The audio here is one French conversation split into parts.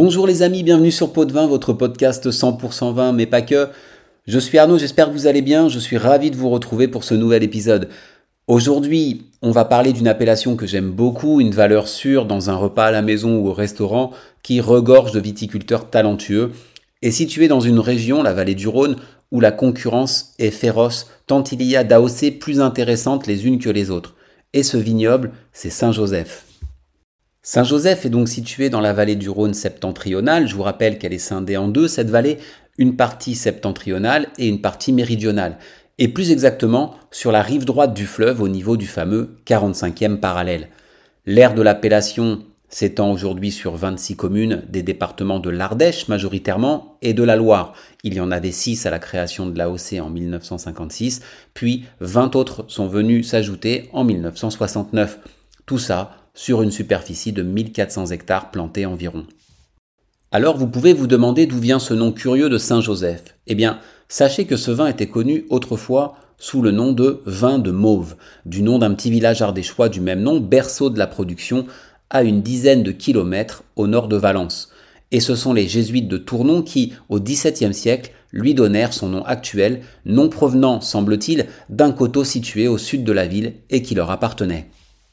Bonjour les amis, bienvenue sur Pot de Vin, votre podcast 100% vin, mais pas que. Je suis Arnaud, j'espère que vous allez bien, je suis ravi de vous retrouver pour ce nouvel épisode. Aujourd'hui, on va parler d'une appellation que j'aime beaucoup, une valeur sûre dans un repas à la maison ou au restaurant, qui regorge de viticulteurs talentueux, et située dans une région, la vallée du Rhône, où la concurrence est féroce, tant il y a d'AOC plus intéressantes les unes que les autres. Et ce vignoble, c'est Saint-Joseph. Saint-Joseph est donc situé dans la vallée du Rhône septentrionale. Je vous rappelle qu'elle est scindée en deux, cette vallée, une partie septentrionale et une partie méridionale. Et plus exactement, sur la rive droite du fleuve, au niveau du fameux 45e parallèle. L'aire de l'appellation s'étend aujourd'hui sur 26 communes des départements de l'Ardèche majoritairement et de la Loire. Il y en avait 6 à la création de l'AOC en 1956, puis 20 autres sont venus s'ajouter en 1969. Tout ça sur une superficie de 1400 hectares plantés environ. Alors vous pouvez vous demander d'où vient ce nom curieux de Saint-Joseph. Eh bien, sachez que ce vin était connu autrefois sous le nom de vin de Mauves, du nom d'un petit village ardéchois du même nom, berceau de la production, à une dizaine de kilomètres au nord de Valence. Et ce sont les jésuites de Tournon qui, au XVIIe siècle, lui donnèrent son nom actuel, nom provenant, semble-t-il, d'un coteau situé au sud de la ville et qui leur appartenait.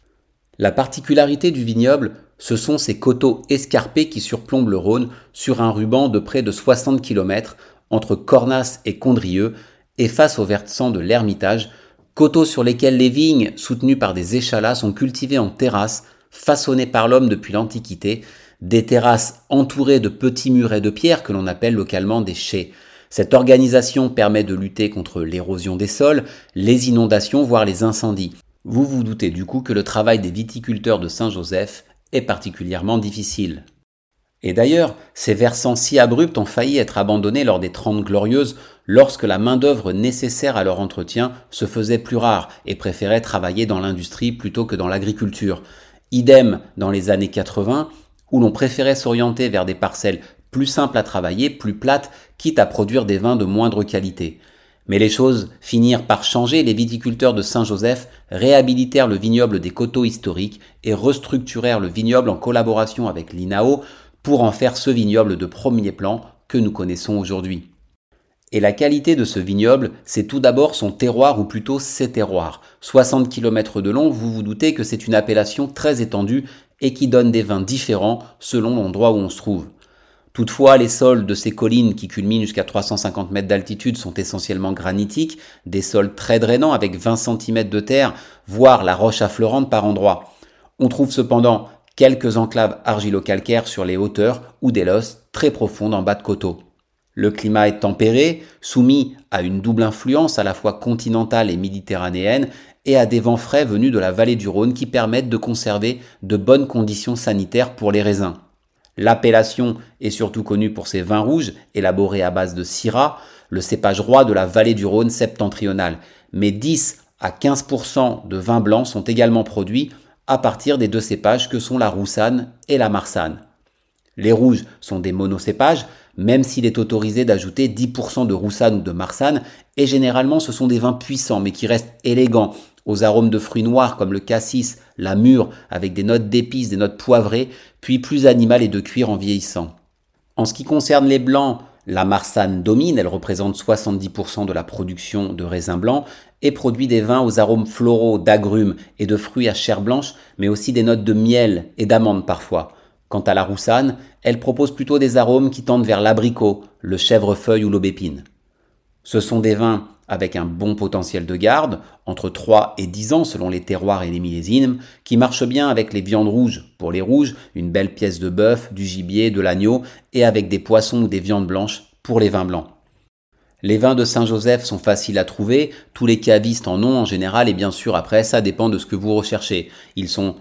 La particularité du vignoble, ce sont ces coteaux escarpés qui surplombent le Rhône sur un ruban de près de 60 km entre Cornas et Condrieu et face au versant de l'Ermitage, coteaux sur lesquels les vignes, soutenues par des échalas, sont cultivées en terrasses, façonnées par l'homme depuis l'Antiquité, des terrasses entourées de petits murets de pierre que l'on appelle localement des chais. Cette organisation permet de lutter contre l'érosion des sols, les inondations, voire les incendies. Vous vous doutez du coup que le travail des viticulteurs de Saint-Joseph est particulièrement difficile. Et d'ailleurs, ces versants si abrupts ont failli être abandonnés lors des 30 Glorieuses lorsque la main-d'œuvre nécessaire à leur entretien se faisait plus rare et préférait travailler dans l'industrie plutôt que dans l'agriculture. Idem dans les années 80 où l'on préférait s'orienter vers des parcelles plus simples à travailler, plus plates, quitte à produire des vins de moindre qualité. Mais les choses finirent par changer, les viticulteurs de Saint-Joseph réhabilitèrent le vignoble des coteaux historiques et restructurèrent le vignoble en collaboration avec l'INAO pour en faire ce vignoble de premier plan que nous connaissons aujourd'hui. Et la qualité de ce vignoble, c'est tout d'abord son terroir ou plutôt ses terroirs. 60 km de long, vous vous doutez que c'est une appellation très étendue et qui donne des vins différents selon l'endroit où on se trouve. Toutefois, les sols de ces collines qui culminent jusqu'à 350 mètres d'altitude sont essentiellement granitiques, des sols très drainants avec 20 cm de terre, voire la roche affleurante par endroits. On trouve cependant quelques enclaves argilo-calcaires sur les hauteurs ou des losses très profondes en bas de coteaux. Le climat est tempéré, soumis à une double influence à la fois continentale et méditerranéenne et à des vents frais venus de la vallée du Rhône qui permettent de conserver de bonnes conditions sanitaires pour les raisins. L'appellation est surtout connue pour ses vins rouges, élaborés à base de Syrah, le cépage roi de la vallée du Rhône septentrionale. Mais 10 à 15% de vins blancs sont également produits à partir des deux cépages que sont la Roussanne et la Marsanne. Les rouges sont des monocépages, même s'il est autorisé d'ajouter 10% de Roussanne ou de Marsanne, et généralement ce sont des vins puissants mais qui restent élégants, aux arômes de fruits noirs comme le cassis, la mûre, avec des notes d'épices, des notes poivrées, puis plus animales et de cuir en vieillissant. En ce qui concerne les blancs, la Marsanne domine, elle représente 70% de la production de raisins blancs et produit des vins aux arômes floraux, d'agrumes et de fruits à chair blanche, mais aussi des notes de miel et d'amande parfois. Quant à la Roussanne, elle propose plutôt des arômes qui tendent vers l'abricot, le chèvrefeuille ou l'aubépine. Ce sont des vins avec un bon potentiel de garde, entre 3 et 10 ans selon les terroirs et les millésimes, qui marchent bien avec les viandes rouges. Pour les rouges, une belle pièce de bœuf, du gibier, de l'agneau, et avec des poissons ou des viandes blanches pour les vins blancs. Les vins de Saint-Joseph sont faciles à trouver, tous les cavistes en ont en général, et bien sûr après ça dépend de ce que vous recherchez. Ils sont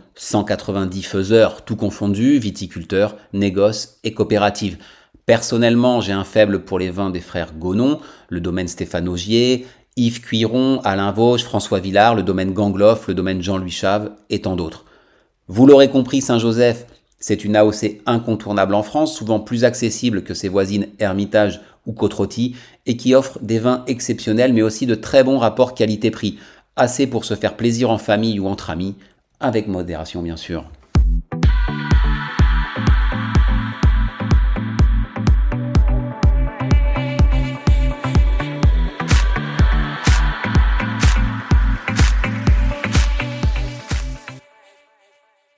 190 faiseurs, tout confondus, viticulteurs, négoces et coopératives. Personnellement, j'ai un faible pour les vins des frères Gonon, le domaine Stéphane Augier, Yves Cuiron, Alain Vauge, François Villard, le domaine Gangloff, le domaine Jean-Louis Chave et tant d'autres. Vous l'aurez compris, Saint-Joseph, c'est une AOC incontournable en France, souvent plus accessible que ses voisines Hermitage ou Côte-Rôtie, et qui offre des vins exceptionnels mais aussi de très bons rapports qualité-prix, assez pour se faire plaisir en famille ou entre amis, avec modération bien sûr.